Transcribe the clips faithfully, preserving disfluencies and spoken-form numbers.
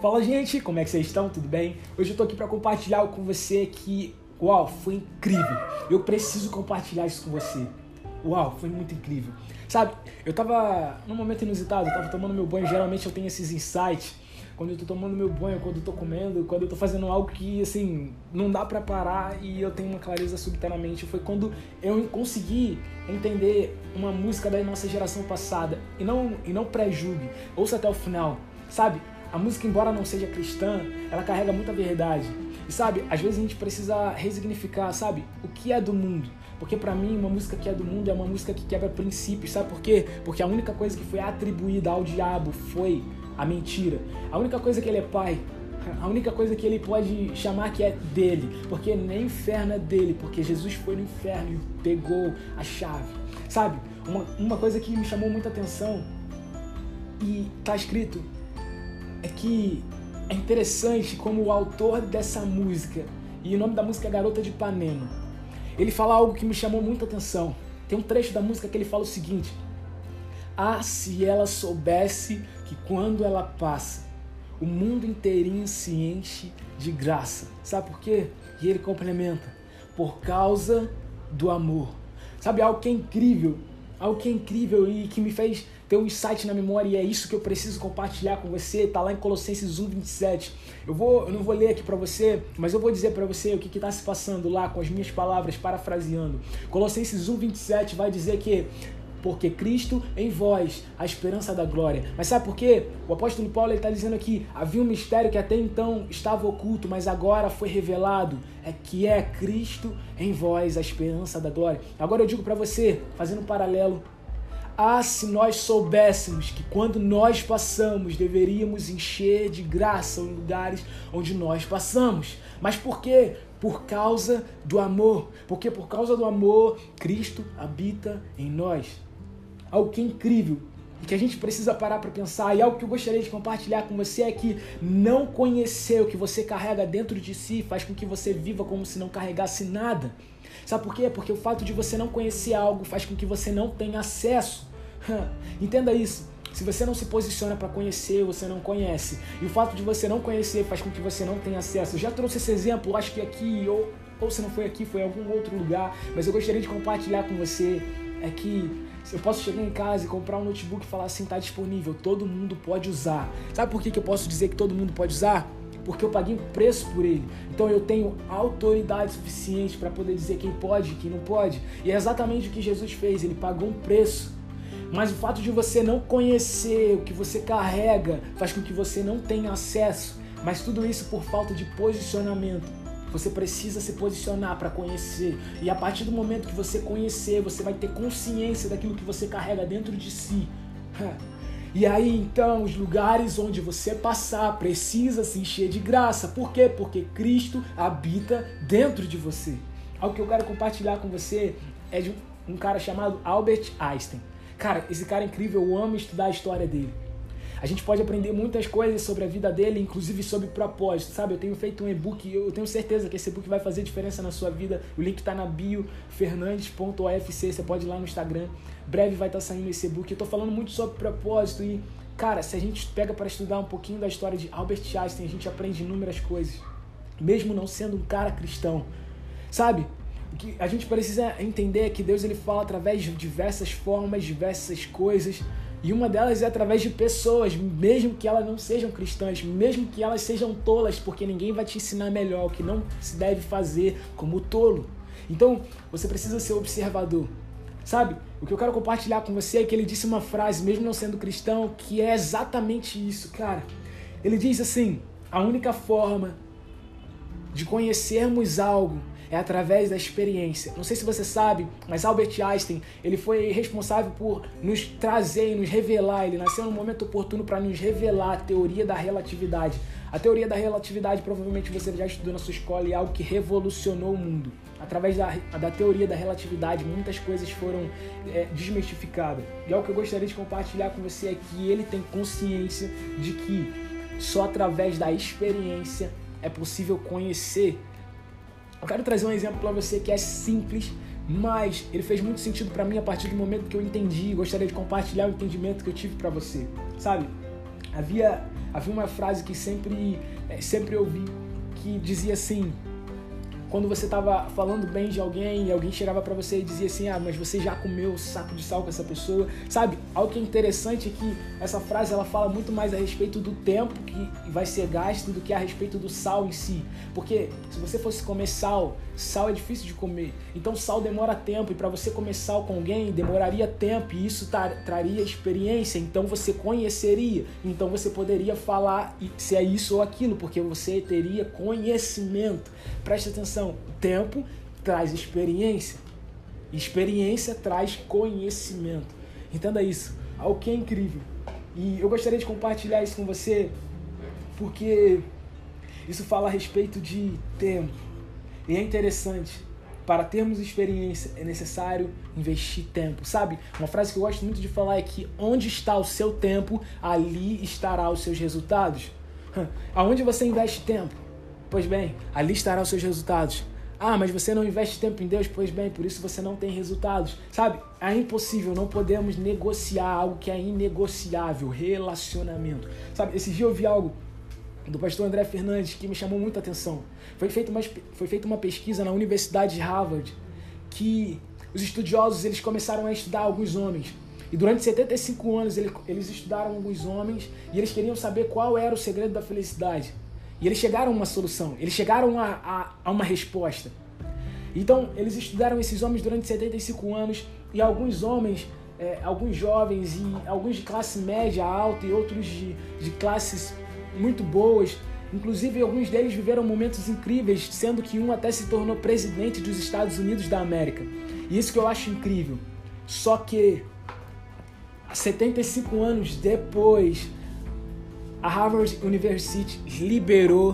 Fala, gente, como é que vocês estão? Tudo bem? Hoje eu tô aqui para compartilhar algo com você que, uau, foi incrível. Eu preciso compartilhar isso com você. Uau, foi muito incrível. Sabe, eu tava num momento inusitado, eu tava tomando meu banho. Geralmente eu tenho esses insights quando eu tô tomando meu banho, quando eu tô comendo, quando eu tô fazendo algo que, assim, não dá pra parar e eu tenho uma clareza subitamente. Foi quando eu consegui entender uma música da nossa geração passada. E não, e não pré-julgue, ouça até o final. Sabe, a música, embora não seja cristã, ela carrega muita verdade. E sabe, às vezes a gente precisa resignificar, sabe, o que é do mundo. Porque pra mim, uma música que é do mundo é uma música que quebra princípios. Sabe por quê? Porque a única coisa que foi atribuída ao diabo foi a mentira. A única coisa que ele é pai, a única coisa que ele pode chamar que é dele, porque nem o inferno é dele, porque Jesus foi no inferno e pegou a chave. Sabe, uma, uma coisa que me chamou muita atenção e tá escrito é que é interessante como o autor dessa música, e o nome da música é Garota de Ipanema, ele fala algo que me chamou muita atenção. Tem um trecho da música que ele fala o seguinte: ah, se ela soubesse que quando ela passa, o mundo inteirinho se enche de graça. Sabe por quê? E ele complementa: por causa do amor. Sabe, algo que é incrível, algo que é incrível e que me fez ter um insight na memória, e é isso que eu preciso compartilhar com você. Tá lá em Colossenses um, vinte e sete. Eu, vou, eu não vou ler aqui pra você, mas eu vou dizer pra você o que que tá se passando lá com as minhas palavras, parafraseando. Colossenses um, vinte e sete vai dizer que porque Cristo em vós, a esperança da glória. Mas sabe por quê? O apóstolo Paulo está dizendo aqui: havia um mistério que até então estava oculto, mas agora foi revelado, é que é Cristo em vós, a esperança da glória. Agora eu digo para você, fazendo um paralelo: ah, se nós soubéssemos que quando nós passamos, deveríamos encher de graça os lugares onde nós passamos. Mas por quê? Por causa do amor. Porque por causa do amor, Cristo habita em nós. Algo que é incrível e que a gente precisa parar para pensar, e algo que eu gostaria de compartilhar com você é que não conhecer o que você carrega dentro de si faz com que você viva como se não carregasse nada. Sabe por quê? Porque o fato de você não conhecer algo faz com que você não tenha acesso. Entenda isso. Se você não se posiciona para conhecer, você não conhece. E o fato de você não conhecer faz com que você não tenha acesso. Eu já trouxe esse exemplo, acho que aqui, ou, ou se não foi aqui, foi em algum outro lugar, mas eu gostaria de compartilhar com você, é que eu posso chegar em casa e comprar um notebook e falar assim: tá disponível, todo mundo pode usar. Sabe por que que eu posso dizer que todo mundo pode usar? Porque eu paguei um preço por ele. Então eu tenho autoridade suficiente para poder dizer quem pode e quem não pode. E é exatamente o que Jesus fez, ele pagou um preço. Mas o fato de você não conhecer o que você carrega faz com que você não tenha acesso. Mas tudo isso por falta de posicionamento. Você precisa se posicionar para conhecer. E a partir do momento que você conhecer, você vai ter consciência daquilo que você carrega dentro de si. E aí então os lugares onde você passar precisa se encher de graça. Por quê? Porque Cristo habita dentro de você. Algo que eu quero compartilhar com você é de um cara chamado Albert Einstein. Cara, esse cara é incrível, eu amo estudar a história dele. A gente pode aprender muitas coisas sobre a vida dele, inclusive sobre propósito, sabe? Eu tenho feito um e-book e eu tenho certeza que esse e-book vai fazer diferença na sua vida. O link tá na bio, fernandes ponto o f c, você pode ir lá no Instagram. Breve vai estar saindo esse e-book. Eu tô falando muito sobre propósito e, cara, se a gente pega para estudar um pouquinho da história de Albert Einstein, a gente aprende inúmeras coisas, mesmo não sendo um cara cristão, sabe? O que a gente precisa entender é que Deus ele fala através de diversas formas, diversas coisas, e uma delas é através de pessoas, mesmo que elas não sejam cristãs, mesmo que elas sejam tolas, porque ninguém vai te ensinar melhor o que não se deve fazer como tolo. Então, você precisa ser observador, sabe? O que eu quero compartilhar com você é que ele disse uma frase, mesmo não sendo cristão, que é exatamente isso, cara. Ele diz assim: a única forma de conhecermos algo é através da experiência. Não sei se você sabe, mas Albert Einstein, ele foi responsável por nos trazer e nos revelar. Ele nasceu no momento oportuno para nos revelar a teoria da relatividade. A teoria da relatividade, provavelmente você já estudou na sua escola, e é algo que revolucionou o mundo. Através da, da teoria da relatividade, muitas coisas foram é, desmistificadas. E algo que eu gostaria de compartilhar com você é que ele tem consciência de que só através da experiência é possível conhecer. Eu quero trazer um exemplo para você que é simples, mas ele fez muito sentido para mim a partir do momento que eu entendi, e gostaria de compartilhar o entendimento que eu tive para você, sabe? Havia, havia uma frase que sempre, sempre ouvi, que dizia assim: quando você estava falando bem de alguém e alguém chegava para você e dizia assim, ah, mas você já comeu saco de sal com essa pessoa, sabe? Algo que é interessante é que essa frase ela fala muito mais a respeito do tempo que vai ser gasto do que a respeito do sal em si. Porque se você fosse comer sal, sal é difícil de comer, então sal demora tempo, e para você comer sal com alguém demoraria tempo, e isso tar, traria experiência, então você conheceria, então você poderia falar se é isso ou aquilo, porque você teria conhecimento. Preste atenção, tempo traz experiência, experiência traz conhecimento. Entenda isso, algo que é incrível. E eu gostaria de compartilhar isso com você, porque isso fala a respeito de tempo. E é interessante, para termos experiência é necessário investir tempo, sabe? Uma frase que eu gosto muito de falar é que onde está o seu tempo, ali estará os seus resultados. Aonde você investe tempo? Pois bem, ali estará os seus resultados. Ah, mas você não investe tempo em Deus? Pois bem, por isso você não tem resultados. Sabe? É impossível, não podemos negociar algo que é inegociável, relacionamento. Sabe, esse dia eu vi algo do pastor André Fernandes que me chamou muita atenção. Foi feita uma, foi feita uma pesquisa na Universidade de Harvard que os estudiosos eles começaram a estudar alguns homens. E durante setenta e cinco anos eles, eles estudaram alguns homens e eles queriam saber qual era o segredo da felicidade. E eles chegaram a uma solução, eles chegaram a, a, a uma resposta. Então, eles estudaram esses homens durante setenta e cinco anos e alguns homens, é, alguns jovens, e alguns de classe média alta e outros de, de classes muito boas. Inclusive, alguns deles viveram momentos incríveis, sendo que um até se tornou presidente dos Estados Unidos da América. E isso que eu acho incrível. Só que, setenta e cinco anos depois, a Harvard University liberou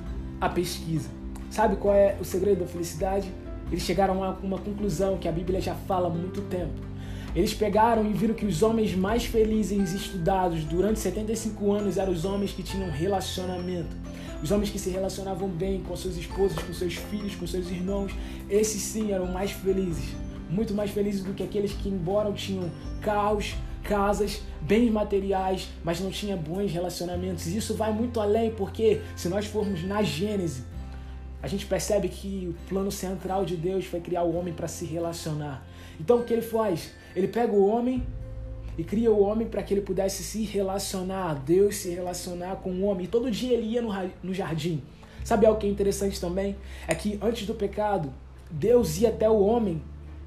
a pesquisa. Sabe qual é o segredo da felicidade? Eles chegaram a uma conclusão que a Bíblia já fala há muito tempo. Eles pegaram e viram que os homens mais felizes estudados durante setenta e cinco anos eram os homens que tinham relacionamento. Os homens que se relacionavam bem com suas esposas, com seus filhos, com seus irmãos. Esses sim eram mais felizes. Muito mais felizes do que aqueles que, embora tinham carros, casas, bens materiais, mas não tinha bons relacionamentos. Isso vai muito além, porque se nós formos na Gênesis, a gente percebe que o plano central de Deus foi criar o homem para se relacionar. Então o que ele faz? Ele pega o homem e cria o homem para que ele pudesse se relacionar, Deus se relacionar com o homem. E todo dia ele ia no, no jardim. Sabe algo que é interessante também? É que antes do pecado, Deus ia até o homem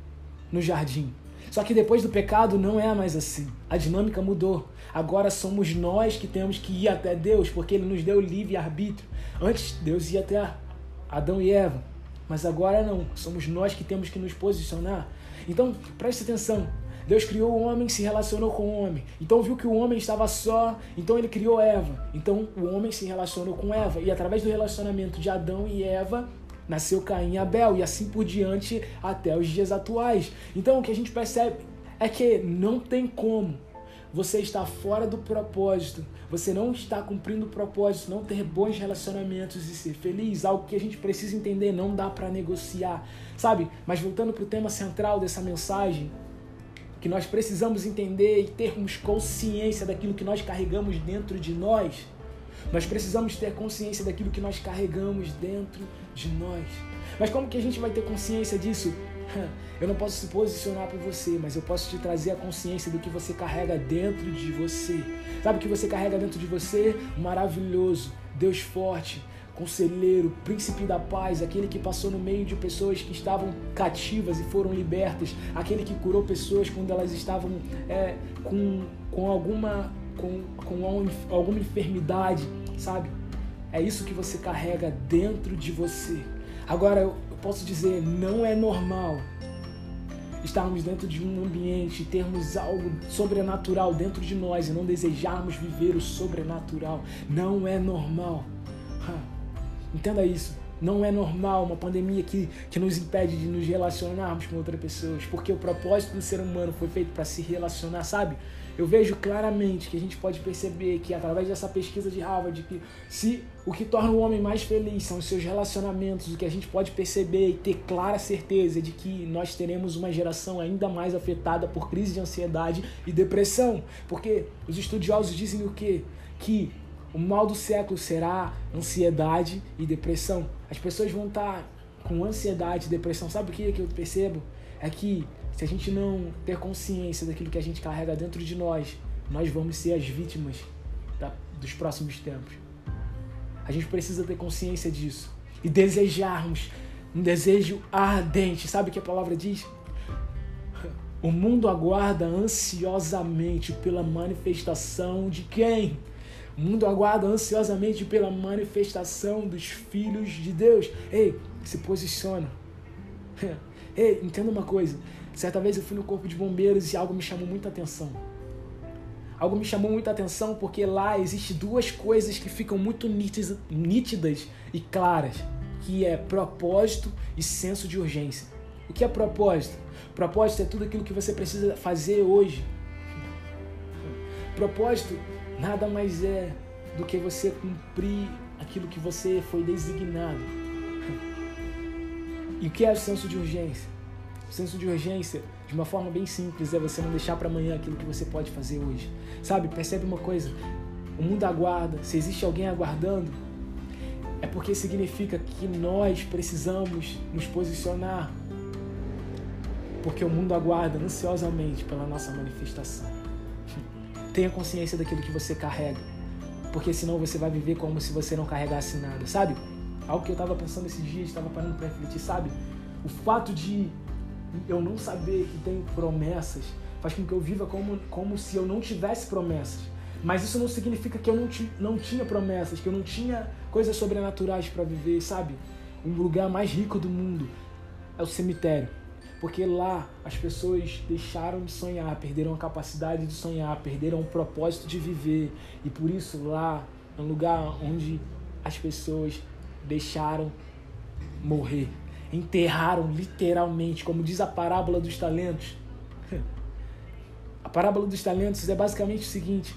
no jardim. Só que depois do pecado não é mais assim. A dinâmica mudou. Agora somos nós que temos que ir até Deus, porque Ele nos deu livre-arbítrio. Antes, Deus ia até Adão e Eva. Mas agora não. Somos nós que temos que nos posicionar. Então, preste atenção. Deus criou o homem, se relacionou com o homem. Então viu que o homem estava só, então Ele criou Eva. Então o homem se relacionou com Eva. E através do relacionamento de Adão e Eva, nasceu Caim e Abel, e assim por diante até os dias atuais. Então o que a gente percebe é que não tem como você estar fora do propósito, você não está cumprindo o propósito, não ter bons relacionamentos e ser feliz. Algo que a gente precisa entender, não dá para negociar, sabe? Mas voltando para o tema central dessa mensagem, que nós precisamos entender e termos consciência daquilo que nós carregamos dentro de nós. Nós precisamos ter consciência daquilo que nós carregamos dentro de nós. Mas como que a gente vai ter consciência disso? Eu não posso se posicionar por você, mas eu posso te trazer a consciência do que você carrega dentro de você. Sabe o que você carrega dentro de você? Maravilhoso, Deus forte, conselheiro, príncipe da paz, aquele que passou no meio de pessoas que estavam cativas e foram libertas, aquele que curou pessoas quando elas estavam é, com, com alguma... com, com alguma enfermidade, sabe? É isso que você carrega dentro de você. Agora, eu posso dizer, não é normal estarmos dentro de um ambiente, termos algo sobrenatural dentro de nós e não desejarmos viver o sobrenatural. Não é normal. Entenda isso. Não é normal uma pandemia que, que nos impede de nos relacionarmos com outras pessoas, porque o propósito do ser humano foi feito para se relacionar, sabe? Eu vejo claramente que a gente pode perceber que através dessa pesquisa de Harvard, que se o que torna o homem mais feliz são os seus relacionamentos, o que a gente pode perceber e ter clara certeza de que nós teremos uma geração ainda mais afetada por crise de ansiedade e depressão, porque os estudiosos dizem o quê? que o mal do século será ansiedade e depressão. As pessoas vão estar com ansiedade e depressão. Sabe o que, que eu percebo? É que se a gente não ter consciência daquilo que a gente carrega dentro de nós, nós vamos ser as vítimas da, dos próximos tempos. A gente precisa ter consciência disso e desejarmos um desejo ardente. Sabe o que a palavra diz? O mundo aguarda ansiosamente pela manifestação de quem? O mundo aguarda ansiosamente pela manifestação dos filhos de Deus. Ei, se posiciona. Ei, entenda uma coisa. Certa vez eu fui no corpo de bombeiros e algo me chamou muita atenção. Algo me chamou muita atenção porque lá existem duas coisas que ficam muito nítidas, nítidas e claras, que é propósito e senso de urgência. O que é propósito? Propósito é tudo aquilo que você precisa fazer hoje. Propósito nada mais é do que você cumprir aquilo que você foi designado. E o que é o senso de urgência? O senso de urgência, de uma forma bem simples, é você não deixar para amanhã aquilo que você pode fazer hoje. Sabe, percebe uma coisa? O mundo aguarda. Se existe alguém aguardando, é porque significa que nós precisamos nos posicionar. Porque o mundo aguarda ansiosamente pela nossa manifestação. Tenha consciência daquilo que você carrega. Porque senão você vai viver como se você não carregasse nada. Sabe? Algo que eu estava pensando esses dias, estava parando para refletir, sabe? O fato de eu não saber que tenho promessas faz com que eu viva como, como se eu não tivesse promessas. Mas isso não significa que eu não, ti, não tinha promessas, que eu não tinha coisas sobrenaturais para viver, sabe? O lugar mais rico do mundo é o cemitério. Porque lá as pessoas deixaram de sonhar, perderam a capacidade de sonhar, perderam o propósito de viver. E por isso lá é um lugar onde as pessoas deixaram morrer. Enterraram literalmente, como diz a parábola dos talentos. A parábola dos talentos é basicamente o seguinte: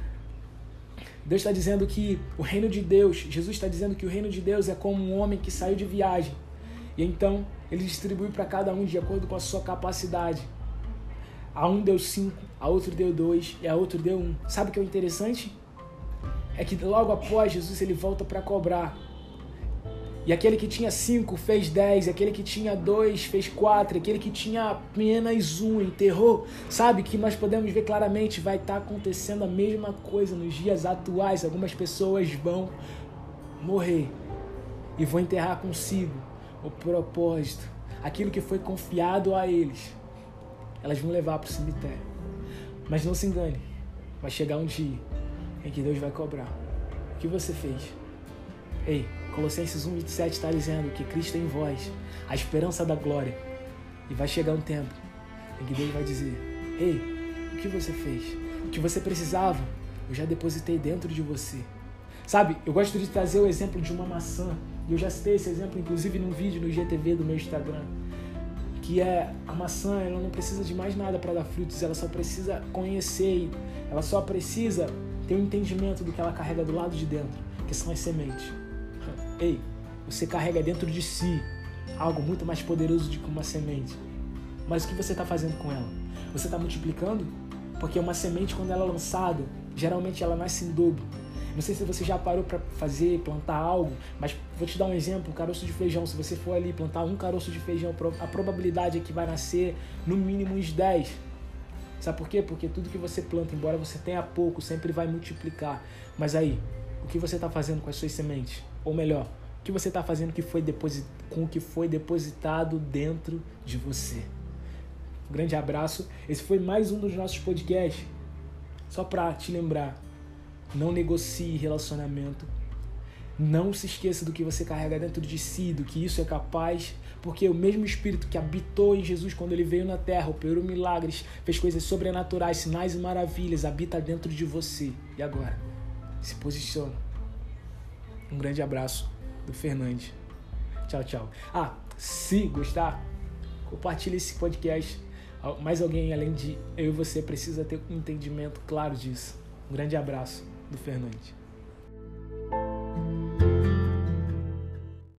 Deus está dizendo que o reino de Deus, Jesus está dizendo que o reino de Deus é como um homem que saiu de viagem. E então ele distribuiu para cada um de acordo com a sua capacidade. A um deu cinco, a outro deu dois e a outro deu um. Sabe o que é interessante? É que logo após Jesus ele volta para cobrar. E aquele que tinha cinco fez dez, aquele que tinha dois fez quatro, aquele que tinha apenas um enterrou. Sabe que nós podemos ver claramente, vai estar acontecendo a mesma coisa nos dias atuais. Algumas pessoas vão morrer e vão enterrar consigo o propósito, aquilo que foi confiado a eles. Elas vão levar para o cemitério. Mas não se engane, vai chegar um dia em que Deus vai cobrar. O que você fez? Ei, Colossenses um, vinte e sete está dizendo que Cristo é em vós, a esperança da glória. E vai chegar um tempo em que Deus vai dizer: ei, o que você fez? O que você precisava, eu já depositei dentro de você. Sabe, eu gosto de trazer o exemplo de uma maçã. E eu já citei esse exemplo, inclusive, num vídeo no G T V do meu Instagram. Que é, a maçã, ela não precisa de mais nada para dar frutos. Ela só precisa conhecer. Ela só precisa ter um entendimento do que ela carrega do lado de dentro, que são as sementes. Ei, você carrega dentro de si algo muito mais poderoso do que uma semente. Mas o que você está fazendo com ela? Você está multiplicando? Porque uma semente, quando ela é lançada, geralmente ela nasce em dobro. Não sei se você já parou para fazer, plantar algo, mas vou te dar um exemplo, um caroço de feijão. Se você for ali plantar um caroço de feijão, a probabilidade é que vai nascer no mínimo uns dez. Sabe por quê? Porque tudo que você planta, embora você tenha pouco, sempre vai multiplicar. Mas aí, o que você está fazendo com as suas sementes? Ou melhor, o que você está fazendo que foi deposit... com o que foi depositado dentro de você? Um grande abraço. Esse foi mais um dos nossos podcasts. Só para te lembrar, não negocie relacionamento. Não se esqueça do que você carrega dentro de si, do que isso é capaz, porque o mesmo Espírito que habitou em Jesus quando ele veio na terra, operou milagres, fez coisas sobrenaturais, sinais e maravilhas, habita dentro de você. E agora? Se posiciona. Um grande abraço do Fernandes. Tchau, tchau. Ah, se gostar, compartilhe esse podcast. Mais alguém além de eu e você precisa ter um entendimento claro disso. Um grande abraço do Fernandes.